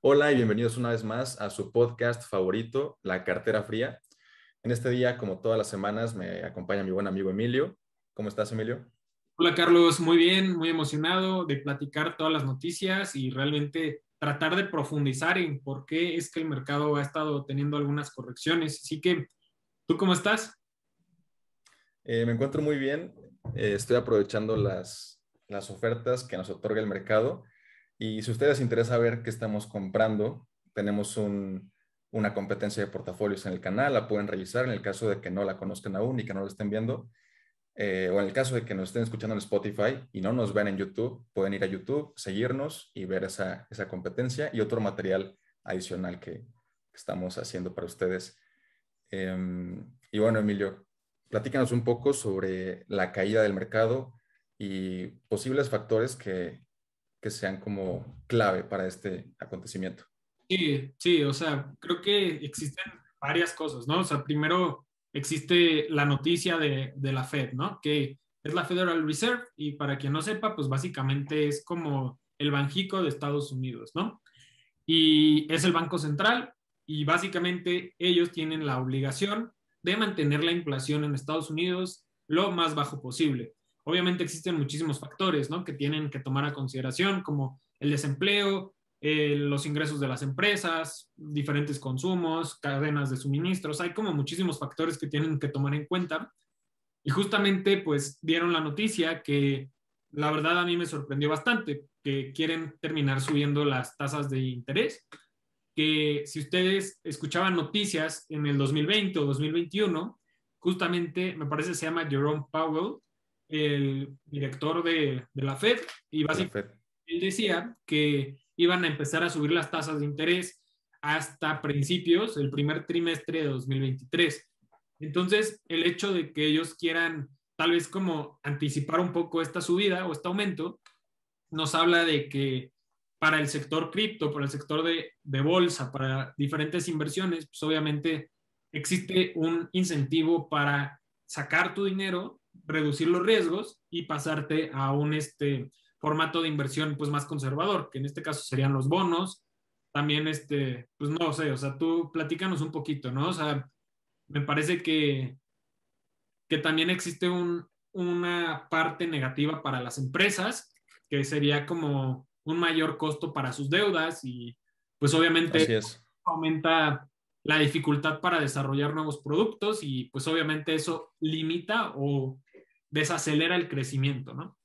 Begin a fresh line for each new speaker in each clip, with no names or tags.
Hola y bienvenidos una vez más a su podcast favorito, La Cartera Fría. En este día, como todas las semanas, me acompaña mi buen amigo Emilio. ¿Cómo estás, Emilio?
Hola Carlos, muy bien, muy emocionado de platicar todas las noticias y realmente tratar de profundizar en por qué es que el mercado ha estado teniendo algunas correcciones. Así que, ¿tú cómo estás?
Me encuentro muy bien. Estoy aprovechando las ofertas que nos otorga el mercado. Y si a ustedes les interesa ver qué estamos comprando, tenemos una competencia de portafolios en el canal. La pueden revisar en el caso de que no la conozcan aún y que no la estén viendo. O en el caso de que nos estén escuchando en Spotify y no nos ven en YouTube, pueden ir a YouTube, seguirnos y ver esa competencia y otro material adicional que estamos haciendo para ustedes. Y bueno, Emilio, platícanos un poco sobre la caída del mercado y posibles factores que sean como clave para este acontecimiento.
Sí, sí, o sea, creo que existen varias cosas, ¿no? O sea, primero existe la noticia de la Fed, ¿no? Que es la Federal Reserve y para quien no sepa, pues básicamente es como el Banjico de Estados Unidos, ¿no? Y es el Banco Central y básicamente ellos tienen la obligación de mantener la inflación en Estados Unidos lo más bajo posible. Obviamente existen muchísimos factores, ¿no? Que tienen que tomar a consideración, como el desempleo, los ingresos de las empresas, diferentes consumos, cadenas de suministros. Hay como muchísimos factores que tienen que tomar en cuenta. Y justamente, pues, dieron la noticia que la verdad a mí me sorprendió bastante, que quieren terminar subiendo las tasas de interés, que si ustedes escuchaban noticias en el 2020 o 2021, justamente me parece que se llama Jerome Powell, el director de la Fed, y
De la
básicamente
Fed.
él decía que iban a empezar a subir las tasas de interés hasta principios, el primer trimestre de 2023. Entonces, el hecho de que ellos quieran tal vez como anticipar un poco esta subida o este aumento, nos habla de que para el sector cripto, para el sector de bolsa, para diferentes inversiones, pues obviamente existe un incentivo para sacar tu dinero, reducir los riesgos y pasarte a un formato de inversión pues más conservador, que en este caso serían los bonos. También, pues no sé, o sea, tú platícanos un poquito, ¿no? O sea, me parece que también existe una parte negativa para las empresas, que sería como un mayor costo para sus deudas y pues obviamente
Así es.
aumenta la dificultad para desarrollar nuevos productos y pues obviamente eso limita o desacelera el crecimiento, ¿no?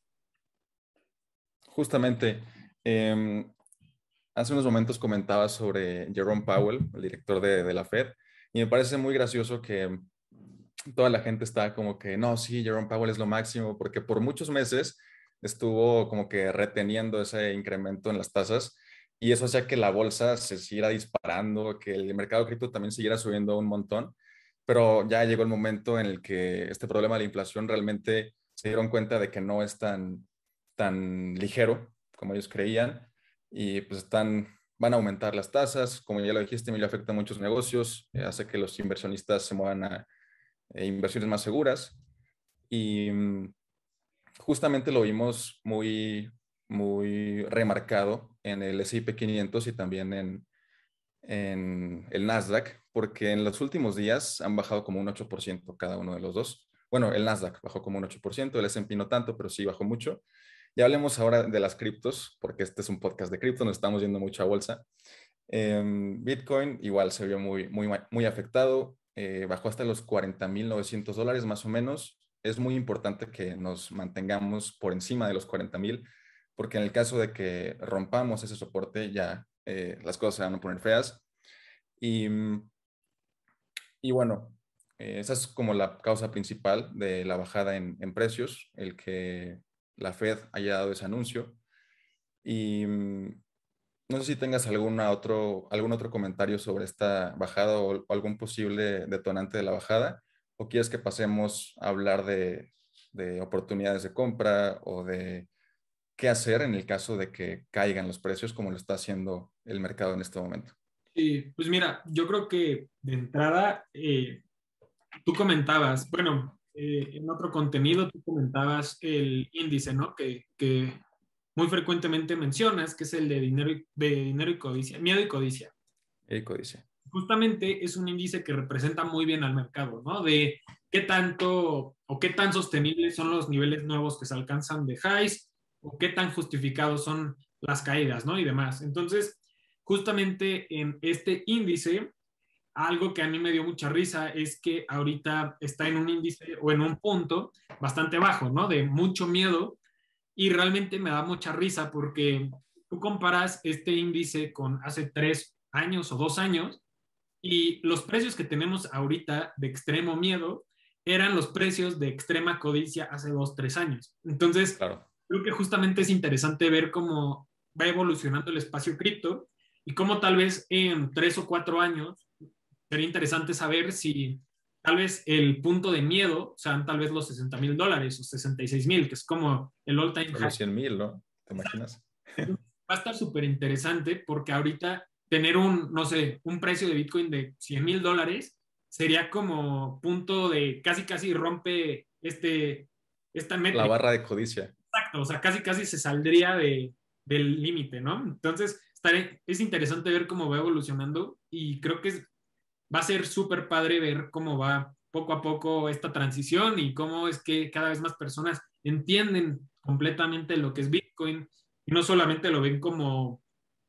Justamente, em, hace unos momentos comentaba sobre Jerome Powell, el director de la Fed, y me parece muy gracioso que toda la gente está como que, no, sí, Jerome Powell es lo máximo, porque por muchos meses estuvo como que reteniendo ese incremento en las tasas y eso hacía que la bolsa se siguiera disparando, que el mercado cripto también siguiera subiendo un montón, pero ya llegó el momento en el que este problema de la inflación realmente se dieron cuenta de que no es tan ligero como ellos creían y pues van a aumentar las tasas, como ya lo dijiste, Emilio, afecta a muchos negocios, hace que los inversionistas se muevan a inversiones más seguras. Y justamente lo vimos muy remarcado en el S&P 500 y también en el Nasdaq, porque en los últimos días han bajado como un 8% cada uno de los dos. Bueno, el Nasdaq bajó como un 8%, el S&P no tanto, pero sí bajó mucho. Ya hablemos ahora de las criptos, porque este es un podcast de cripto, nos estamos yendo mucho a bolsa. Bitcoin igual se vio muy afectado, bajó hasta los $40,900 más o menos. Es muy importante que nos mantengamos por encima de los 40,000, porque en el caso de que rompamos ese soporte ya las cosas se van a poner feas. Y, y bueno, esa es como la causa principal de la bajada en precios, el que la Fed haya dado ese anuncio. Y no sé si tengas algún otro comentario sobre esta bajada o algún posible detonante de la bajada, o quieres que pasemos a hablar de oportunidades de compra o de qué hacer en el caso de que caigan los precios como lo está haciendo el mercado en este momento.
Y pues mira, yo creo que de entrada, tú comentabas, bueno, en otro contenido tú comentabas el índice, ¿no? Que muy frecuentemente mencionas, que es el de dinero y codicia, miedo y codicia.
Erico dice.
Justamente es un índice que representa muy bien al mercado, ¿no? De qué tanto o qué tan sostenibles son los niveles nuevos que se alcanzan de highs o qué tan justificados son las caídas, ¿no? Y demás. Entonces, justamente en este índice, algo que a mí me dio mucha risa es que ahorita está en un índice o en un punto bastante bajo, ¿no? De mucho miedo, y realmente me da mucha risa porque tú comparas este índice con hace 3 años o 2 años y los precios que tenemos ahorita de extremo miedo eran los precios de extrema codicia hace 2, 3 años. Entonces,
Claro,
creo que justamente es interesante ver cómo va evolucionando el espacio cripto y cómo tal vez en 3 o 4 años sería interesante saber si tal vez el punto de miedo sean tal vez los $60,000 o 66,000, que es como el all-time
solo
high.
100,000, ¿no? ¿Te imaginas?
Va a estar súper interesante porque ahorita tener un, no sé, un precio de Bitcoin de $100,000 sería como punto de casi casi rompe esta
La
métrica.
barra de codicia.
Exacto, o sea, casi casi se saldría del límite, ¿no? Entonces, es interesante ver cómo va evolucionando y creo que va a ser súper padre ver cómo va poco a poco esta transición y cómo es que cada vez más personas entienden completamente lo que es Bitcoin y no solamente lo ven como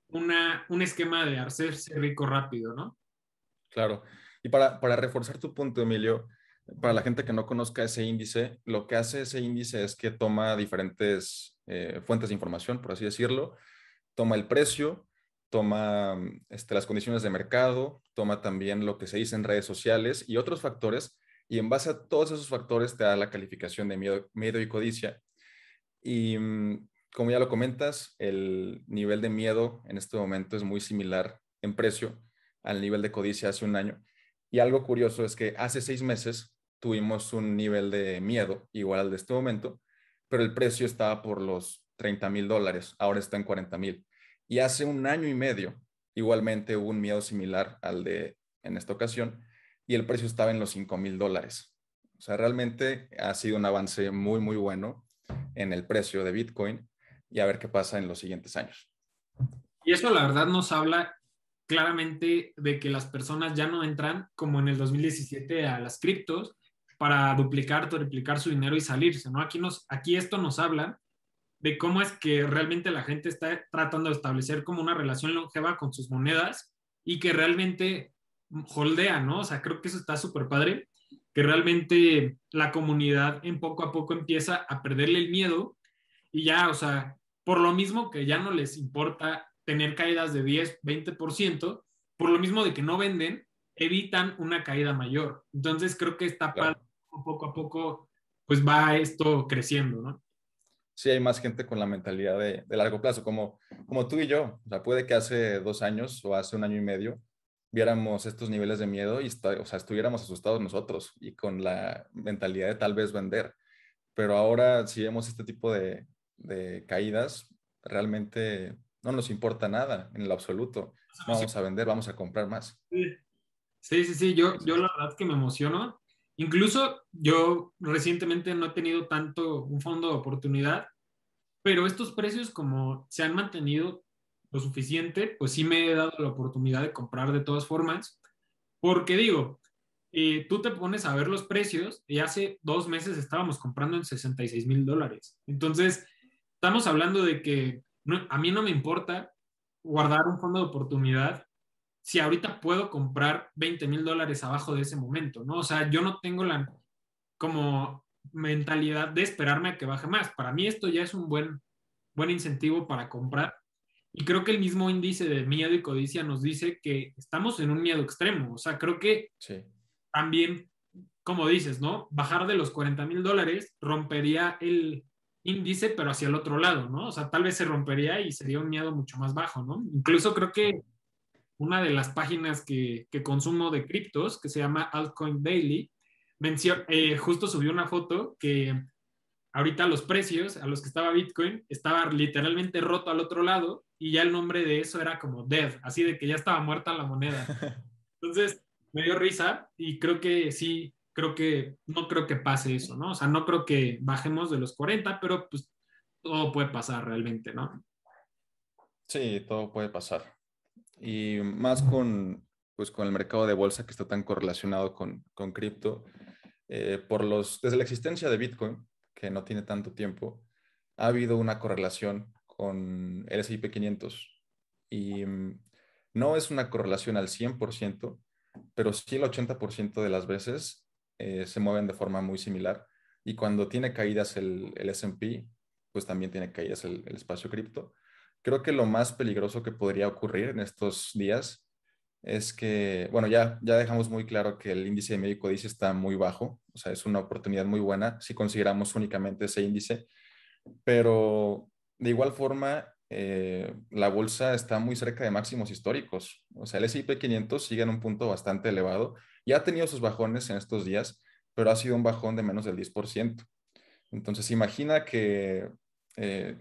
un esquema de hacerse rico rápido, ¿no?
Claro. Y para reforzar tu punto, Emilio, para la gente que no conozca ese índice, lo que hace ese índice es que toma diferentes fuentes de información, por así decirlo. Toma el precio, toma las condiciones de mercado, toma también lo que se dice en redes sociales y otros factores. Y en base a todos esos factores te da la calificación de miedo y codicia. Y como ya lo comentas, el nivel de miedo en este momento es muy similar en precio al nivel de codicia hace un año. Y algo curioso es que hace 6 meses tuvimos un nivel de miedo igual al de este momento, pero el precio estaba por los $30,000, ahora está en 40,000. Y hace un año y medio, igualmente hubo un miedo similar al de en esta ocasión, y el precio estaba en los $5,000. O sea, realmente ha sido un avance muy, muy bueno en el precio de Bitcoin y a ver qué pasa en los siguientes años.
Y eso la verdad nos habla claramente de que las personas ya no entran como en el 2017 a las criptos para duplicar, triplicar su dinero y salirse, ¿no? Aquí esto nos habla de cómo es que realmente la gente está tratando de establecer como una relación longeva con sus monedas y que realmente holdea, ¿no? O sea, creo que eso está súper padre, que realmente la comunidad en poco a poco empieza a perderle el miedo y ya, o sea, por lo mismo que ya no les importa tener caídas de 10, 20%, por lo mismo de que no venden, evitan una caída mayor. Entonces creo que está padre,
Claro.
poco a poco, pues va esto creciendo, ¿no?
Sí hay más gente con la mentalidad de largo plazo, como tú y yo. O sea, puede que hace 2 años o hace un año y medio viéramos estos niveles de miedo y o sea, estuviéramos asustados nosotros y con la mentalidad de tal vez vender. Pero ahora si vemos este tipo de caídas, realmente no nos importa nada en lo absoluto. No vamos a vender, vamos a comprar más.
Sí, sí, sí, yo
Entonces,
la verdad que me emociono. Incluso yo recientemente no he tenido tanto un fondo de oportunidad, pero estos precios como se han mantenido lo suficiente, pues sí me he dado la oportunidad de comprar de todas formas, porque digo, tú te pones a ver los precios y hace 2 meses estábamos comprando en $66,000. Entonces, estamos hablando de que a mí no me importa guardar un fondo de oportunidad si ahorita puedo comprar $20,000 abajo de ese momento, ¿no? O sea, yo no tengo la como mentalidad de esperarme a que baje más. Para mí esto ya es un buen incentivo para comprar. Y creo que el mismo índice de miedo y codicia nos dice que estamos en un miedo extremo. O sea, creo que
sí,
también, como dices, ¿no? Bajar de los $40,000 rompería el índice, pero hacia el otro lado, ¿no? O sea, tal vez se rompería y sería un miedo mucho más bajo, ¿no? Incluso creo que una de las páginas que consumo de criptos, que se llama Altcoin Daily, justo subió una foto que ahorita los precios a los que estaba Bitcoin estaba literalmente roto al otro lado y ya el nombre de eso era como dead, así de que ya estaba muerta la moneda. Entonces me dio risa y creo que sí, no creo que pase eso, ¿no? O sea, no creo que bajemos de los 40, pero pues todo puede pasar realmente, ¿no?
Sí, todo puede pasar. Y más pues, con el mercado de bolsa que está tan correlacionado con cripto, desde la existencia de Bitcoin, que no tiene tanto tiempo, ha habido una correlación con el S&P 500 y no es una correlación al 100%, pero sí el 80% de las veces se mueven de forma muy similar y cuando tiene caídas el S&P, pues también tiene caídas el espacio cripto. Creo que lo más peligroso que podría ocurrir en estos días es que, bueno, ya dejamos muy claro que el índice de Medio Codicia está muy bajo, o sea, es una oportunidad muy buena si consideramos únicamente ese índice, pero de igual forma, la bolsa está muy cerca de máximos históricos, o sea, el S&P 500 sigue en un punto bastante elevado, ya ha tenido sus bajones en estos días, pero ha sido un bajón de menos del 10%. Entonces, imagina que eh,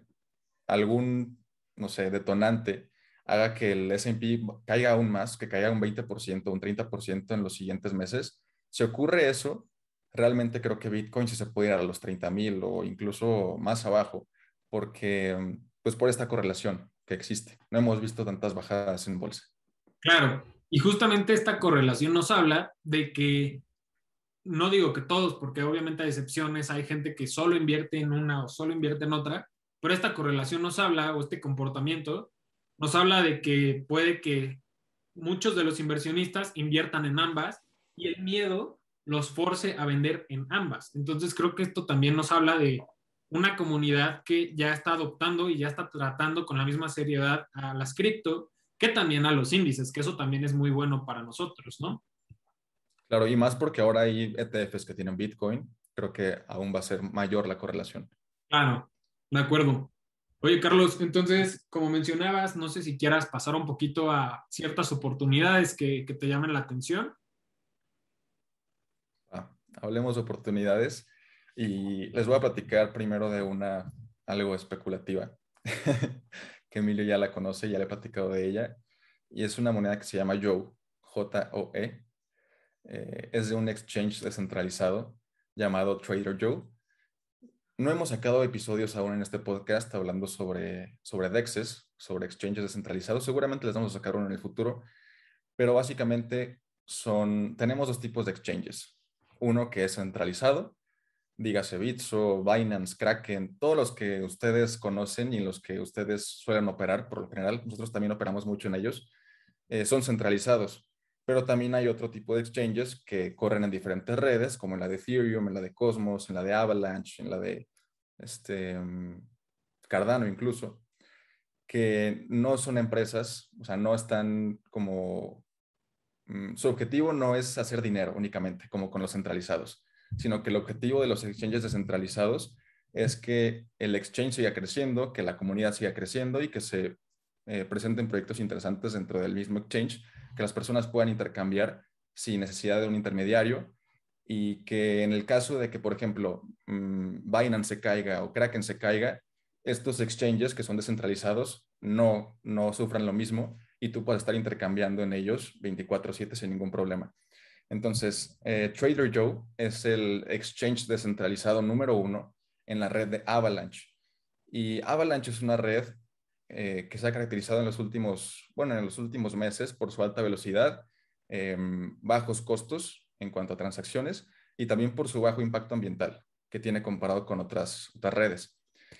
algún, no sé, detonante haga que el S&P caiga aún más, que caiga un 20%, un 30% en los siguientes meses. Si ocurre eso, realmente creo que Bitcoin sí se puede ir a los 30,000 o incluso más abajo, porque, pues por esta correlación que existe. No hemos visto tantas bajadas en bolsa.
Claro, y justamente esta correlación nos habla de que, no digo que todos, porque obviamente hay excepciones, hay gente que solo invierte en una o solo invierte en otra, pero esta correlación nos habla, o este comportamiento, nos habla de que puede que muchos de los inversionistas inviertan en ambas y el miedo los force a vender en ambas. Entonces creo que esto también nos habla de una comunidad que ya está adoptando y ya está tratando con la misma seriedad a las cripto que también a los índices, que eso también es muy bueno para nosotros, ¿no?
Claro, y más porque ahora hay ETFs que tienen Bitcoin, creo que aún va a ser mayor la correlación.
Claro, de acuerdo. Oye, Carlos, entonces, como mencionabas, no sé si quieras pasar un poquito a ciertas oportunidades que te llamen la atención.
Hablemos de oportunidades y les voy a platicar primero de una algo especulativa, que Emilio ya la conoce, ya le he platicado de ella, y es una moneda que se llama Joe, Joe. Es de un exchange descentralizado llamado Trader Joe. No hemos sacado episodios aún en este podcast hablando sobre DEXs, sobre exchanges descentralizados. Seguramente les vamos a sacar uno en el futuro, pero básicamente tenemos dos tipos de exchanges. Uno que es centralizado, dígase Bitso, Binance, Kraken, todos los que ustedes conocen y en los que ustedes suelen operar, por lo general, nosotros también operamos mucho en ellos, son centralizados. Pero también hay otro tipo de exchanges que corren en diferentes redes, como en la de Ethereum, en la de Cosmos, en la de Avalanche, en la de este, Cardano incluso, que no son empresas, o sea, no están como su objetivo no es hacer dinero únicamente, como con los centralizados, sino que el objetivo de los exchanges descentralizados es que el exchange siga creciendo, que la comunidad siga creciendo y que se presenten proyectos interesantes dentro del mismo exchange, que las personas puedan intercambiar sin necesidad de un intermediario y que en el caso de que, por ejemplo, Binance se caiga o Kraken se caiga, estos exchanges que son descentralizados no sufran lo mismo y tú puedes estar intercambiando en ellos 24/7 sin ningún problema. Entonces, Trader Joe es el exchange descentralizado número uno en la red de Avalanche. Y Avalanche es una red que se ha caracterizado en los últimos meses por su alta velocidad, bajos costos en cuanto a transacciones y también por su bajo impacto ambiental que tiene comparado con otras redes.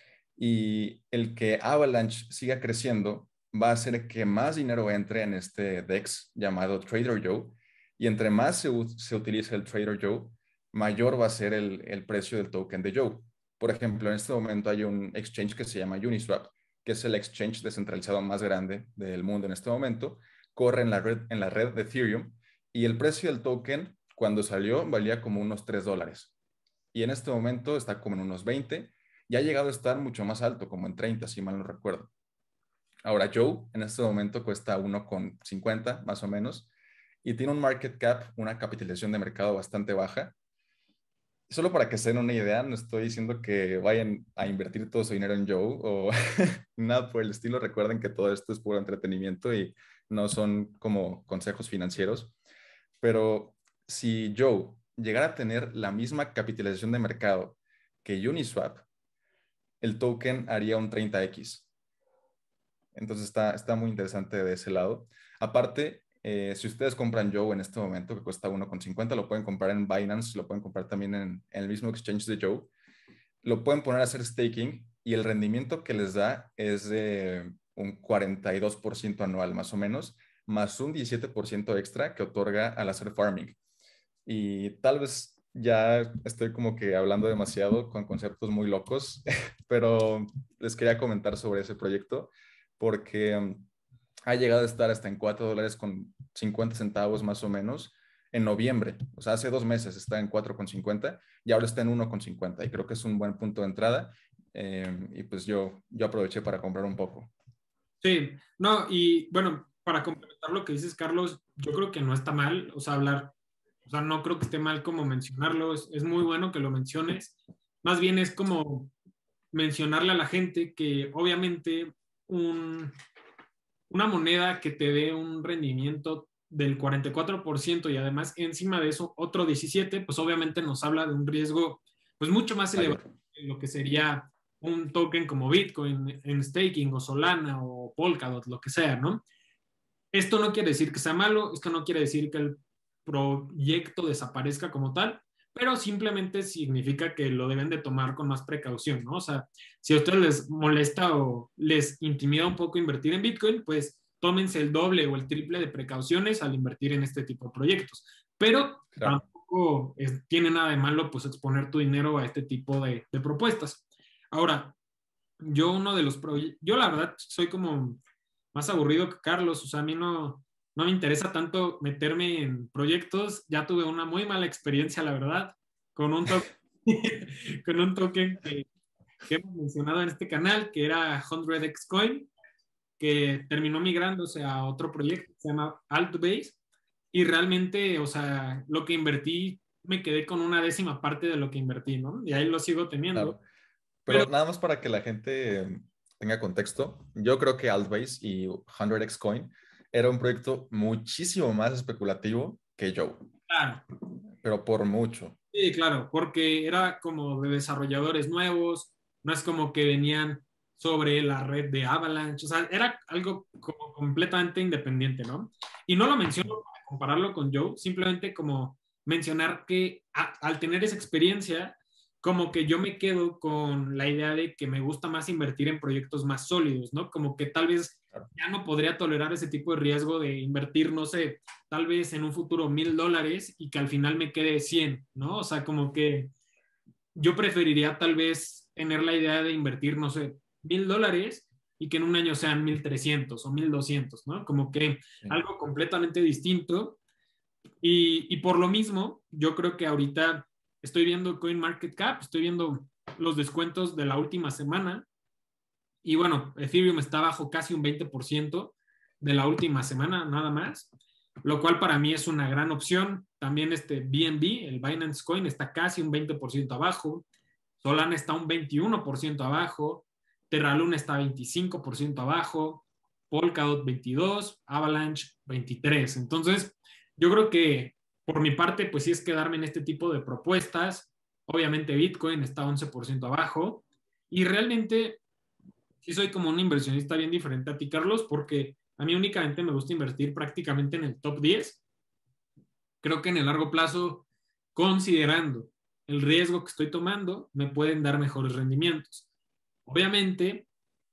Y el que Avalanche siga creciendo va a hacer que más dinero entre en este DEX llamado Trader Joe. Y entre más se utilice el Trader Joe, mayor va a ser el precio del token de Joe. Por ejemplo, en este momento hay un exchange que se llama Uniswap, que es el exchange descentralizado más grande del mundo en este momento. Corre en la red de Ethereum y el precio del token cuando salió valía como unos $3. Y en este momento está como en unos 20 y ha llegado a estar mucho más alto, como en 30, si mal no recuerdo. Ahora, Joe en este momento cuesta 1,50 más o menos y tiene un market cap, una capitalización de mercado bastante baja. Solo para que se den una idea, no estoy diciendo que vayan a invertir todo su dinero en Joe o nada por el estilo. Recuerden que todo esto es puro entretenimiento y no son como consejos financieros. Pero si Joe llegara a tener la misma capitalización de mercado que Uniswap, el token haría un 30x. Entonces está muy interesante de ese lado. Aparte, si ustedes compran Joe en este momento, que cuesta 1,50, lo pueden comprar en Binance, lo pueden comprar también en el mismo exchange de Joe, lo pueden poner a hacer staking y el rendimiento que les da es de un 42% anual más o menos, más un 17% extra que otorga al hacer farming. Y tal vez ya estoy como que hablando demasiado con conceptos muy locos, pero les quería comentar sobre ese proyecto porque ha llegado a estar hasta en $4 con 50 centavos más o menos en noviembre. O sea, hace 2 meses está en 4,50 y ahora está en 1,50 y creo que es un buen punto de entrada. Y pues yo aproveché para comprar un poco.
Sí, no, y bueno, para complementar lo que dices, Carlos, yo creo que no está mal, o sea, hablar, o sea, no creo que esté mal como mencionarlo, es muy bueno que lo menciones. Más bien es como mencionarle a la gente que obviamente un, una moneda que te dé un rendimiento del 44% y además encima de eso otro 17%, pues obviamente nos habla de un riesgo pues mucho más elevado
Mayor.
que lo que sería un token como Bitcoin en staking o Solana o Polkadot, lo que sea, ¿no? Esto no quiere decir que sea malo, esto no quiere decir que el proyecto desaparezca como tal, pero simplemente significa que lo deben de tomar con más precaución, ¿no? O sea, si a ustedes les molesta o les intimida un poco invertir en Bitcoin, pues tómense el doble o el triple de precauciones al invertir en este tipo de proyectos. Pero
Claro.
tampoco tiene nada de malo pues exponer tu dinero a este tipo de propuestas. Ahora, yo uno de los proyectos, yo la verdad soy como más aburrido que Carlos, o sea, a mí no me interesa tanto meterme en proyectos, ya tuve una muy mala experiencia, la verdad, con un token, con un token que hemos mencionado en este canal, que era 100x Coin, que terminó migrándose a otro proyecto que se llama Altbase, y realmente, o sea, lo que invertí, me quedé con una décima parte de lo que invertí, ¿no? Y ahí lo sigo teniendo,
Claro.
pero
Pero nada más para que la gente tenga contexto, yo creo que Altbase y 100x Coin era un proyecto muchísimo más especulativo que Joe,
claro.
pero por mucho.
Sí, claro, porque era como de desarrolladores nuevos, no es como que venían sobre la red de Avalanche, o sea, era algo como completamente independiente, ¿no? Y no lo menciono para compararlo con Joe, simplemente como mencionar que al tener esa experiencia, como que yo me quedo con la idea de que me gusta más invertir en proyectos más sólidos, ¿no? Como que tal vez
Claro.
ya no podría tolerar ese tipo de riesgo de invertir, no sé, tal vez en un futuro $1,000 y que al final me quede 100, ¿no? O sea, como que yo preferiría tal vez tener la idea de invertir, no sé, $1,000 y que en un año sean 1,300 o 1,200, ¿no? Como que
Sí.
algo completamente distinto. Y por lo mismo, yo creo que ahorita estoy viendo CoinMarketCap, estoy viendo los descuentos de la última semana y bueno, Ethereum está bajo casi un 20% de la última semana, nada más, lo cual para mí es una gran opción. También este BNB, el Binance Coin, está casi un 20% abajo. Solana está un 21% abajo. Terra Luna está 25% abajo. Polkadot 22%, Avalanche 23%. Entonces, yo creo que por mi parte, pues sí es quedarme en este tipo de propuestas. Obviamente Bitcoin está 11% abajo. Y realmente sí soy como un inversionista bien diferente a ti, Carlos, porque a mí únicamente me gusta invertir prácticamente en el top 10. Creo que en el largo plazo, considerando el riesgo que estoy tomando, me pueden dar mejores rendimientos. Obviamente,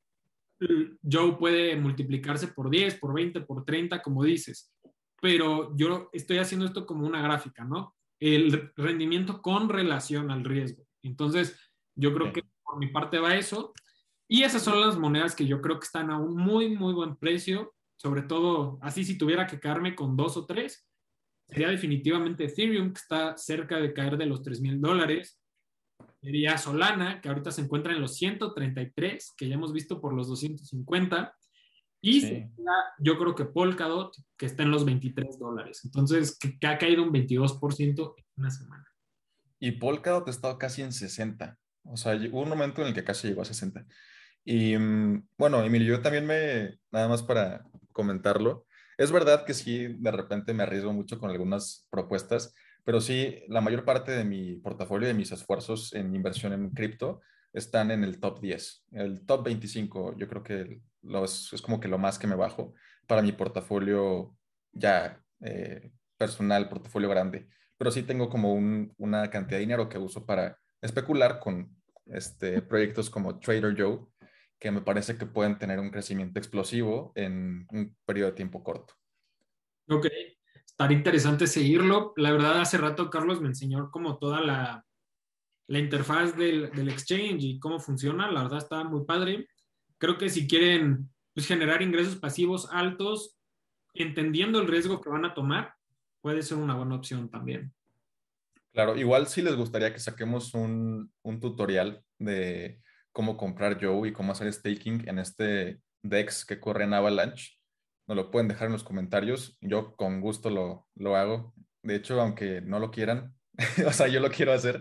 Joe puede multiplicarse por 10, por 20, por 30, como dices, pero yo estoy haciendo esto como una gráfica, ¿no? El rendimiento con relación al riesgo. Entonces, yo creo que
Sí.
por mi parte va eso. Y esas son las monedas que yo creo que están a un muy, muy buen precio. Sobre todo, así si tuviera que quedarme con dos o tres, sería definitivamente Ethereum, que está cerca de caer de los $3,000. Sería Solana, que ahorita se encuentra en los 133, que ya hemos visto por los 250. Y sería,
Sí.
yo creo que Polkadot, que está en los $23. Entonces, que ha caído un 22% en una semana.
Y Polkadot ha estado casi en 60. O sea, hubo un momento en el que casi llegó a 60. Y bueno, Emilio, yo también nada más para comentarlo, es verdad que sí, de repente me arriesgo mucho con algunas propuestas, pero sí, la mayor parte de mi portafolio, de mis esfuerzos en inversión en cripto, están en el top 10. El top 25, yo creo que es como que lo más que me bajo para mi portafolio ya personal, portafolio grande. Pero sí tengo como una cantidad de dinero que uso para especular con proyectos como Trader Joe, que me parece que pueden tener un crecimiento explosivo en un periodo de tiempo corto.
Ok, estaría interesante seguirlo. La verdad, hace rato Carlos me enseñó como toda la interfaz del exchange y cómo funciona. La verdad está muy padre. Creo que si quieren pues, generar ingresos pasivos altos, entendiendo el riesgo que van a tomar, puede ser una buena opción también.
Claro, igual si les gustaría que saquemos un tutorial de cómo comprar Joe y cómo hacer staking en este DEX que corre en Avalanche, nos lo pueden dejar en los comentarios. Yo con gusto lo hago. De hecho, aunque no lo quieran, o sea, yo lo quiero hacer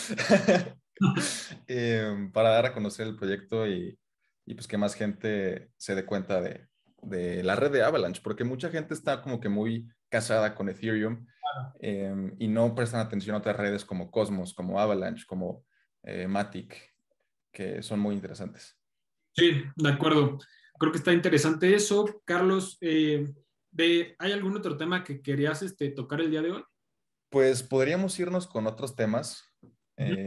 para dar a conocer el proyecto y pues que más gente se dé cuenta de la red de Avalanche, porque mucha gente está como que muy casada con Ethereum y no prestan atención a otras redes como Cosmos, como Avalanche, como Matic, que son muy interesantes.
Sí, de acuerdo. Creo que está interesante eso. Carlos, ¿hay algún otro tema que querías tocar el día de hoy?
Pues podríamos irnos con otros temas,
Ujú.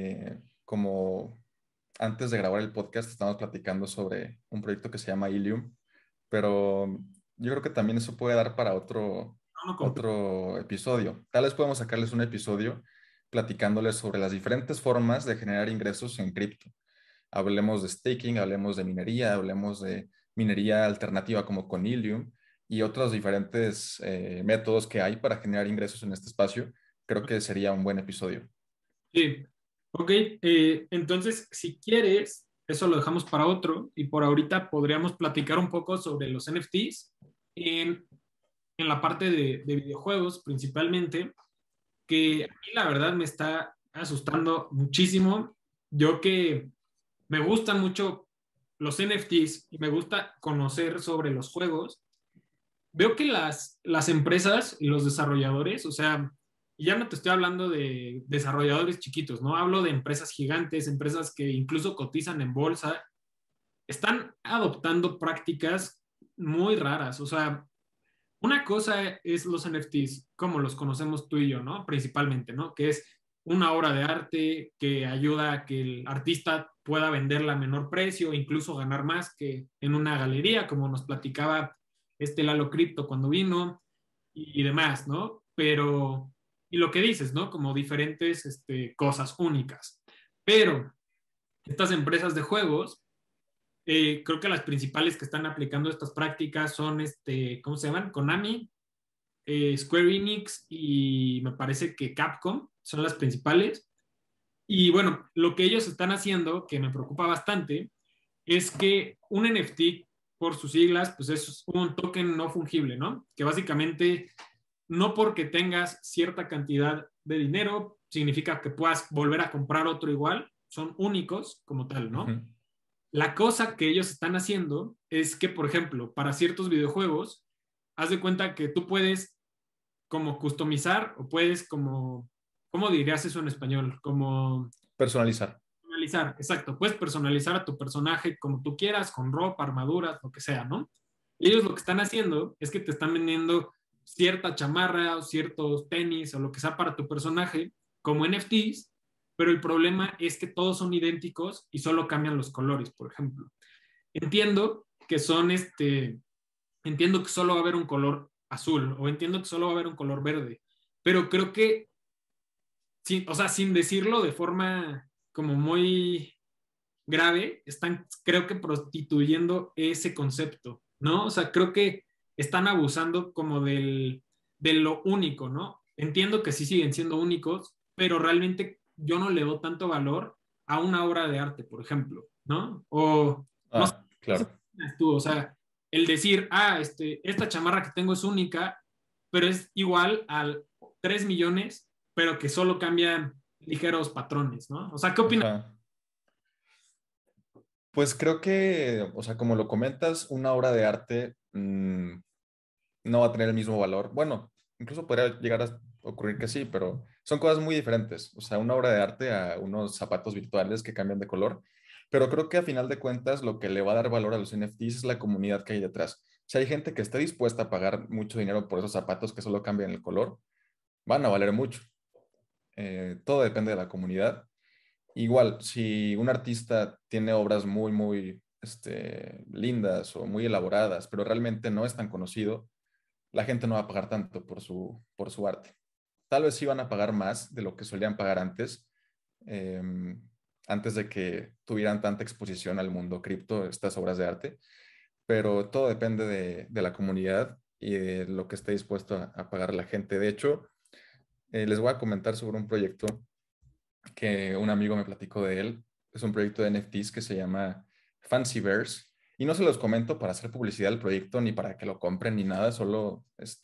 como antes de grabar el podcast estábamos platicando sobre un proyecto que se llama Ilium, pero yo creo que también eso puede dar para
Uno completo.
otro episodio. Tal vez podemos sacarles un episodio platicándoles sobre las diferentes formas de generar ingresos en cripto. Hablemos de staking, hablemos de minería, hablemos de minería alternativa como con Ilium y otros diferentes métodos que hay para generar ingresos en este espacio. Creo que sería un buen episodio.
Sí. Ok, entonces, si quieres, eso lo dejamos para otro y por ahorita podríamos platicar un poco sobre los NFTs en, en la parte de videojuegos principalmente, que a mí la verdad me está asustando muchísimo. Yo que me gustan mucho los NFTs y me gusta conocer sobre los juegos, veo que las empresas y los desarrolladores, o sea, ya no te estoy hablando de desarrolladores chiquitos, ¿no? Hablo de empresas gigantes, empresas que incluso cotizan en bolsa, están adoptando prácticas muy raras. O sea, una cosa es los NFTs, como los conocemos tú y yo, ¿no? Principalmente, ¿no? Que es una obra de arte que ayuda a que el artista pueda venderla a menor precio, incluso ganar más que en una galería, como nos platicaba Lalo Crypto cuando vino y demás, ¿no? Pero, y lo que dices, ¿no? Como diferentes cosas únicas. Pero estas empresas de juegos, creo que las principales que están aplicando estas prácticas son, ¿cómo se llaman? Konami, Square Enix y me parece que Capcom son las principales. Y bueno, lo que ellos están haciendo, que me preocupa bastante, es que un NFT, por sus siglas, pues es un token no fungible, ¿no? Que básicamente no porque tengas cierta cantidad de dinero significa que puedas volver a comprar otro igual, son únicos como tal,
Ujú.
¿no? La cosa que ellos están haciendo es que, por ejemplo, para ciertos videojuegos, haz de cuenta que tú puedes como customizar o puedes como, ¿cómo dirías eso en español? Como
Personalizar.
personalizar, exacto, puedes personalizar a tu personaje como tú quieras, con ropa, armaduras, lo que sea, ¿no? Y ellos lo que están haciendo es que te están vendiendo cierta chamarra o ciertos tenis o lo que sea para tu personaje como NFTs, pero el problema es que todos son idénticos y solo cambian los colores, por ejemplo. Entiendo que son entiendo que solo va a haber un color azul o entiendo que solo va a haber un color verde, pero creo que, sí, o sea, sin decirlo de forma como muy grave, están, creo que prostituyendo ese concepto, ¿no? O sea, creo que están abusando como de lo único, ¿no? Entiendo que sí siguen siendo únicos, pero realmente yo no le doy tanto valor a una obra de arte, por ejemplo, ¿no? O no sé,
Ah, claro.
tú, o sea, el decir, esta chamarra que tengo es única, pero es igual a 3 millones, pero que solo cambian ligeros patrones, ¿no? O sea, ¿qué opinas?
Ajá. Pues creo que, o sea, como lo comentas, una obra de arte no va a tener el mismo valor. Bueno, incluso podría llegar a, ocurrir que sí, pero son cosas muy diferentes. O sea, una obra de arte a unos zapatos virtuales que cambian de color. Pero creo que a final de cuentas lo que le va a dar valor a los NFTs es la comunidad que hay detrás. Si hay gente que esté dispuesta a pagar mucho dinero por esos zapatos que solo cambian el color, van a valer mucho. Todo depende de la comunidad. Igual, si un artista tiene obras muy, muy lindas o muy elaboradas, pero realmente no es tan conocido, la gente no va a pagar tanto por su arte. Tal vez sí van a pagar más de lo que solían pagar antes, eh, antes de que tuvieran tanta exposición al mundo cripto, estas obras de arte, pero todo depende de la comunidad y de lo que esté dispuesto a pagar la gente. De hecho, les voy a comentar sobre un proyecto que un amigo me platicó de él. Es un proyecto de NFTs que se llama Fancyverse. Y no se los comento para hacer publicidad del proyecto ni para que lo compren ni nada, solo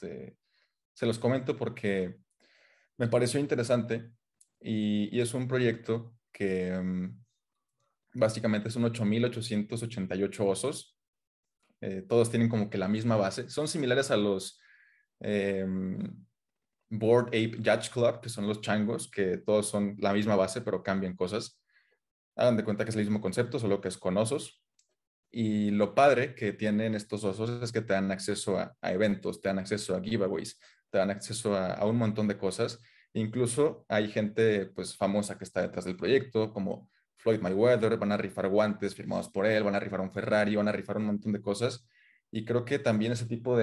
se los comento porque me pareció interesante y es un proyecto que básicamente son 8.888 osos. Todos tienen como que la misma base. Son similares a los eh, Bored Ape Yacht Club, que son los changos, que todos son la misma base, pero cambian cosas. Hagan de cuenta que es el mismo concepto, solo que es con osos. Y lo padre que tienen estos osos es que te dan acceso a eventos, te dan acceso a giveaways, te dan acceso a un montón de cosas. Incluso hay gente pues famosa que está detrás del proyecto, como Floyd Mayweather, van a rifar guantes firmados por él, van a rifar un Ferrari, van a rifar un montón de cosas. Y creo que también ese tipo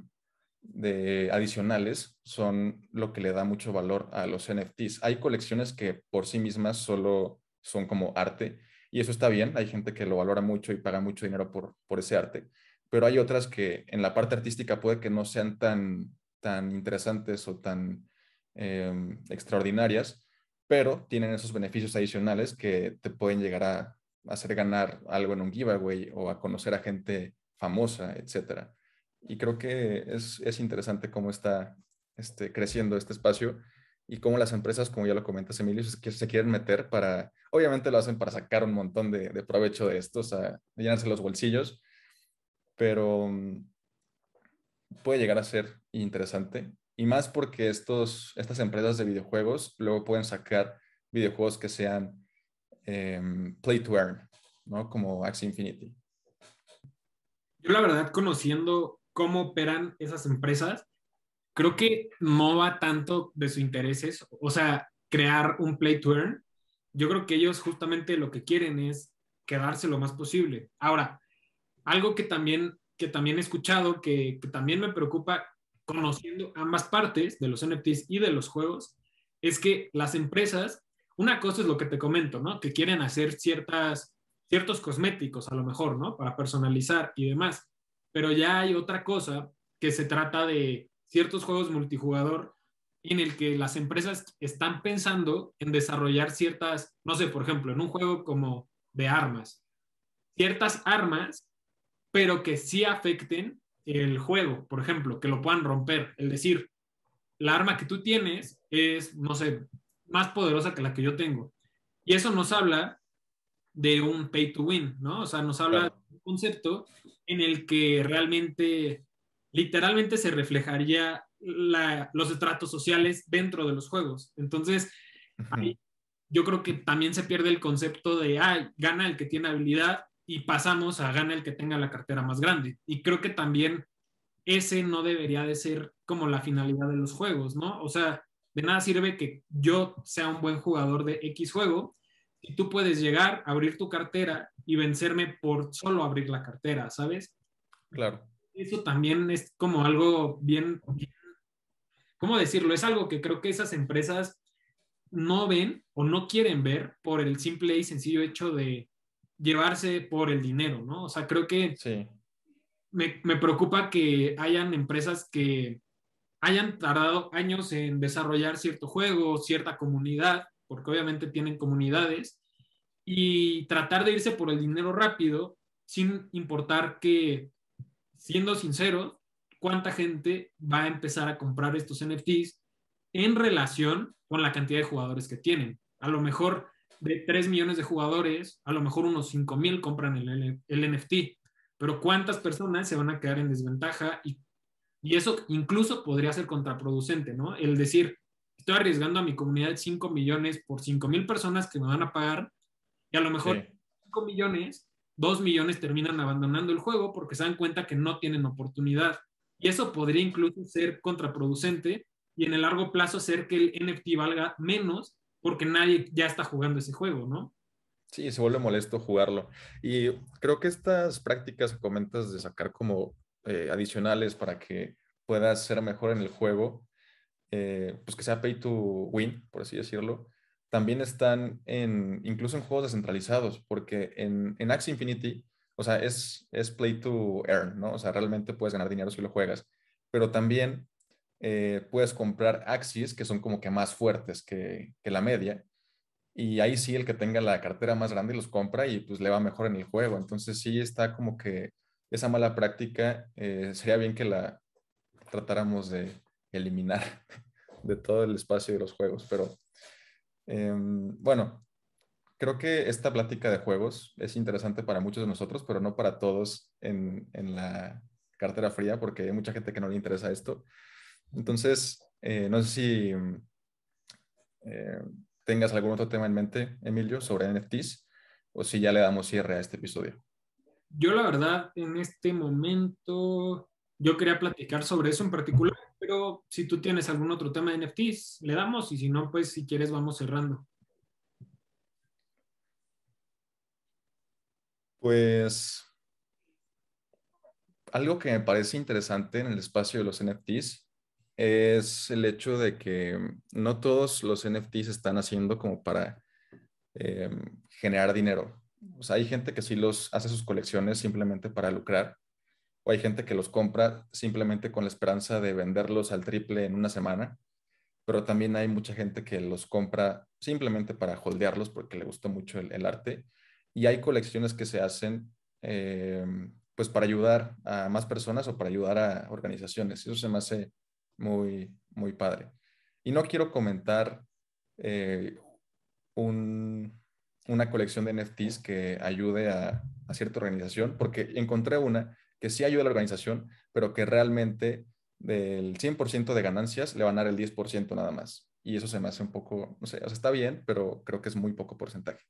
de adicionales son lo que le da mucho valor a los NFTs. Hay colecciones que por sí mismas solo son como arte y eso está bien. Hay gente que lo valora mucho y paga mucho dinero por ese arte, pero hay otras que en la parte artística puede que no sean tan interesantes o tan extraordinarias, pero tienen esos beneficios adicionales que te pueden llegar a hacer ganar algo en un giveaway o a conocer a gente famosa, etcétera. Y creo que es interesante cómo está creciendo este espacio y cómo las empresas, como ya lo comentas, Emilio, se quieren meter para, obviamente lo hacen para sacar un montón de provecho de esto, o sea, de llenarse los bolsillos, pero puede llegar a ser interesante. Y más porque estas empresas de videojuegos luego pueden sacar videojuegos que sean play to earn, ¿no? Como Axie Infinity.
Yo la verdad, conociendo cómo operan esas empresas, creo que no va tanto de sus intereses, o sea, crear un play to earn. Yo creo que ellos justamente lo que quieren es quedarse lo más posible. Ahora, algo que también he escuchado, que también me preocupa conociendo ambas partes de los NFTs y de los juegos, es que las empresas, una cosa es lo que te comento, ¿no? Que quieren hacer ciertos cosméticos a lo mejor, ¿no? Para personalizar y demás. Pero ya hay otra cosa que se trata de ciertos juegos multijugador en el que las empresas están pensando en desarrollar ciertas, no sé, por ejemplo, en un juego como de armas, ciertas armas pero que sí afecten el juego, por ejemplo, que lo puedan romper. Es decir, la arma que tú tienes es, no sé, más poderosa que la que yo tengo. Y eso nos habla de un pay to win, ¿no? O sea, nos habla de
Claro.
un concepto en el que realmente, literalmente se reflejaría los estratos sociales dentro de los juegos. Entonces,
Ujú.
ahí yo creo que también se pierde el concepto de, gana el que tiene habilidad y pasamos a gana el que tenga la cartera más grande. Y creo que también ese no debería de ser como la finalidad de los juegos, ¿no? O sea, de nada sirve que yo sea un buen jugador de X juego y tú puedes llegar, abrir tu cartera y vencerme por solo abrir la cartera, ¿sabes?
Claro.
Eso también es como algo bien, ¿cómo decirlo? Es algo que creo que esas empresas no ven o no quieren ver por el simple y sencillo hecho de llevarse por el dinero, ¿no? O sea, creo que
Sí.
me preocupa que hayan empresas que hayan tardado años en desarrollar cierto juego, cierta comunidad, porque obviamente tienen comunidades, y tratar de irse por el dinero rápido, sin importar que, siendo sinceros, cuánta gente va a empezar a comprar estos NFTs en relación con la cantidad de jugadores que tienen. A lo mejor de 3 millones de jugadores, a lo mejor unos 5,000 compran el NFT, pero cuántas personas se van a quedar en desventaja y eso incluso podría ser contraproducente, ¿no? El decir, estoy arriesgando a mi comunidad 5 millones por 5,000 personas que me van a pagar y a lo
Sí,
mejor 5 millones, 2 millones terminan abandonando el juego porque se dan cuenta que no tienen oportunidad. Y eso podría incluso ser contraproducente y en el largo plazo hacer que el NFT valga menos porque nadie ya está jugando ese juego, ¿no?
sí, se vuelve molesto jugarlo. Y creo que estas prácticas que comentas de sacar como adicionales para que puedas ser mejor en el juego, pues que sea pay to win, por así decirlo, también están incluso en juegos descentralizados, porque en Axie Infinity, o sea, es play to earn, ¿no? O sea, realmente puedes ganar dinero si lo juegas, pero también puedes comprar Axies que son como que más fuertes que la media, y ahí sí el que tenga la cartera más grande los compra y pues le va mejor en el juego. Entonces sí está como que esa mala práctica sería bien que la tratáramos de eliminar de todo el espacio de los juegos. Pero bueno, creo que esta plática de juegos es interesante para muchos de nosotros, pero no para todos en la cartera fría, porque hay mucha gente que no le interesa esto. Entonces, no sé si eh, tengas algún otro tema en mente, Emilio, sobre NFTs, o si ya le damos cierre a este episodio.
Yo la verdad, en este momento, yo quería platicar sobre eso en particular, pero si tú tienes algún otro tema de NFTs, le damos y si no, pues si quieres vamos cerrando.
Pues algo que me parece interesante en el espacio de los NFTs es el hecho de que no todos los NFTs están haciendo como para eh, generar dinero. O sea, hay gente que sí los hace sus colecciones simplemente para lucrar, o hay gente que los compra simplemente con la esperanza de venderlos al triple en una semana, pero también hay mucha gente que los compra simplemente para holdearlos porque le gustó mucho el arte. Y hay colecciones que se hacen eh, pues para ayudar a más personas o para ayudar a organizaciones. Eso se me hace muy, muy padre. Y no quiero comentar eh, un, una colección de NFTs que ayude a cierta organización, porque encontré una que sí ayuda a la organización, pero que realmente del 100% de ganancias le van a dar el 10% nada más. Y eso se me hace un poco, no sé, o sea, está bien, pero creo que es muy poco porcentaje.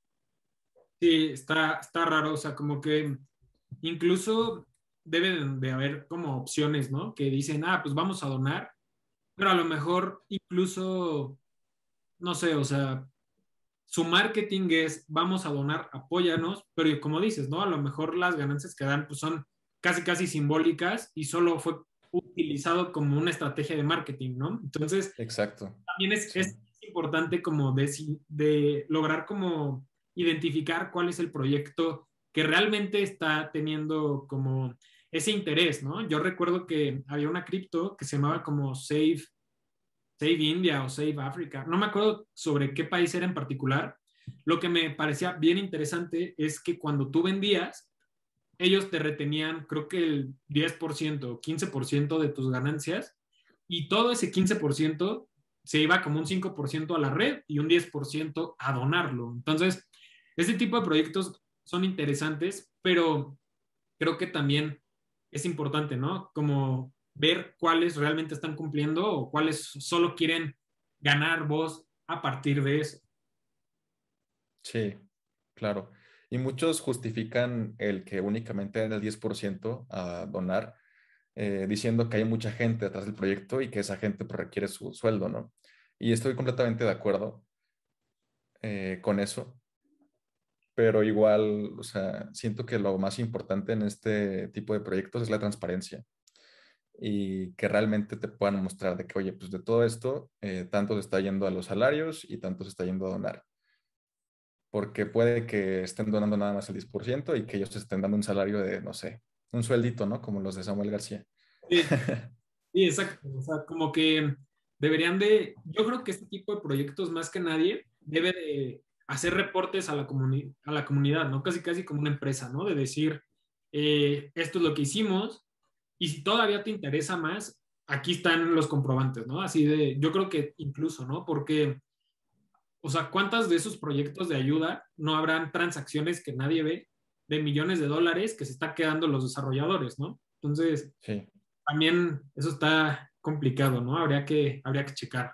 Sí, está raro, o sea, como que incluso debe de haber como opciones, ¿no? Que dicen, ah, pues vamos a donar, pero a lo mejor incluso, no sé, o sea, su marketing es, vamos a donar, apóyanos, pero como dices, ¿no? A lo mejor las ganancias que dan pues son casi, casi simbólicas y solo fue utilizado como una estrategia de marketing, ¿no? Entonces,
Exacto.
también
Sí,
es importante como de lograr como identificar cuál es el proyecto que realmente está teniendo como ese interés, ¿no? Yo recuerdo que había una cripto que se llamaba como Save India o Save Africa, no me acuerdo sobre qué país era en particular. Lo que me parecía bien interesante es que cuando tú vendías, ellos te retenían, creo que el 10% o 15% de tus ganancias y todo ese 15% se iba como un 5% a la red y un 10% a donarlo. Entonces, este tipo de proyectos son interesantes, pero creo que también es importante, ¿no? Como ver cuáles realmente están cumpliendo o cuáles solo quieren ganar voz a partir de eso.
sí, claro. Y muchos justifican el que únicamente den el 10% a donar, diciendo que hay mucha gente detrás del proyecto y que esa gente pues, requiere su sueldo, ¿no? Y estoy completamente de acuerdo con eso, pero igual, o sea, siento que lo más importante en este tipo de proyectos es la transparencia y que realmente te puedan mostrar de que, oye, pues de todo esto, tanto se está yendo a los salarios y tanto se está yendo a donar, porque puede que estén donando nada más el 10% y que ellos estén dando un salario de, no sé, un sueldito, ¿no? Como los de Samuel García.
Sí, sí, exacto. O sea, como que deberían de, yo creo que este tipo de proyectos más que nadie debe de hacer reportes a a la comunidad, ¿no? Casi, casi como una empresa, ¿no? De decir, esto es lo que hicimos y si todavía te interesa más, aquí están los comprobantes, ¿no? Así de, yo creo que incluso, ¿no? Porque, o sea, ¿cuántas de esos proyectos de ayuda no habrán transacciones que nadie ve de millones de dólares que se está quedando los desarrolladores, ¿no? Entonces,
Sí,
también eso está complicado, ¿no? Habría que checar.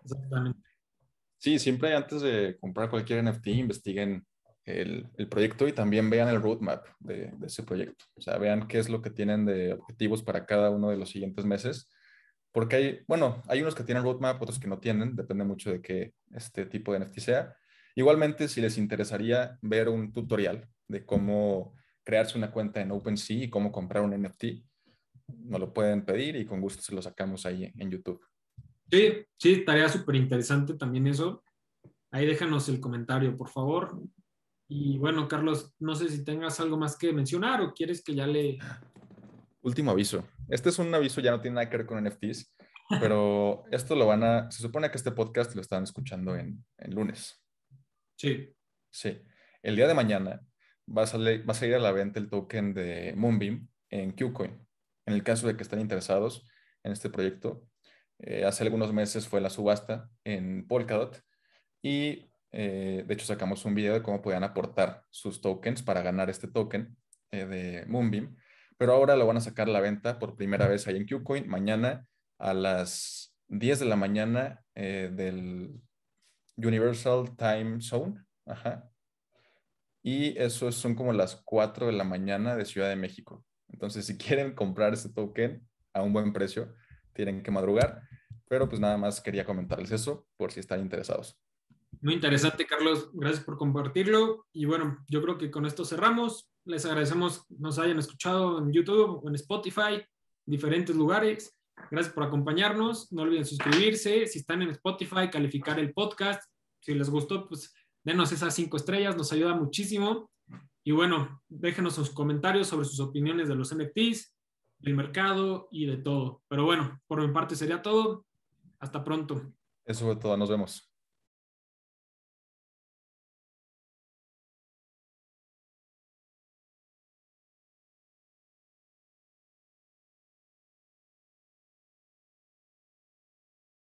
Exactamente.
Sí, siempre antes de comprar cualquier NFT, investiguen el proyecto y también vean el roadmap de ese proyecto. O sea, vean qué es lo que tienen de objetivos para cada uno de los siguientes meses. Porque hay, bueno, hay unos que tienen roadmap, otros que no tienen, depende mucho de qué este tipo de NFT sea. Igualmente, si les interesaría ver un tutorial de cómo crearse una cuenta en OpenSea y cómo comprar un NFT, nos lo pueden pedir y con gusto se lo sacamos ahí en YouTube.
Sí, sí, tarea súper interesante también eso. Ahí déjanos el comentario, por favor. Y bueno, Carlos, no sé si tengas algo más que mencionar o quieres que ya le...
Último aviso. Este es un aviso, ya no tiene nada que ver con NFTs, pero esto lo van a, se supone que este podcast lo están escuchando en lunes.
Sí,
Sí. El día de mañana va a salir a la venta el token de Moonbeam en KuCoin. En el caso de que estén interesados en este proyecto, hace algunos meses fue la subasta en Polkadot y de hecho sacamos un video de cómo podían aportar sus tokens para ganar este token de Moonbeam, pero ahora lo van a sacar a la venta por primera vez ahí en KuCoin mañana a las 10 de la mañana del Universal Time Zone. Ajá. Y eso son como las 4 de la mañana de Ciudad de México. Entonces, si quieren comprar ese token a un buen precio, tienen que madrugar. Pero pues nada más quería comentarles eso por si están interesados.
muy interesante, Carlos. Gracias por compartirlo. Y bueno, yo creo que con esto cerramos. Les agradecemos nos hayan escuchado en YouTube o en Spotify, diferentes lugares. Gracias por acompañarnos. No olviden suscribirse. Si están en Spotify, calificar el podcast. Si les gustó, pues denos esas 5 estrellas. Nos ayuda muchísimo. Y bueno, déjenos sus comentarios sobre sus opiniones de los NFTs, del mercado y de todo. Pero bueno, por mi parte sería todo. Hasta pronto.
Eso fue todo. Nos vemos.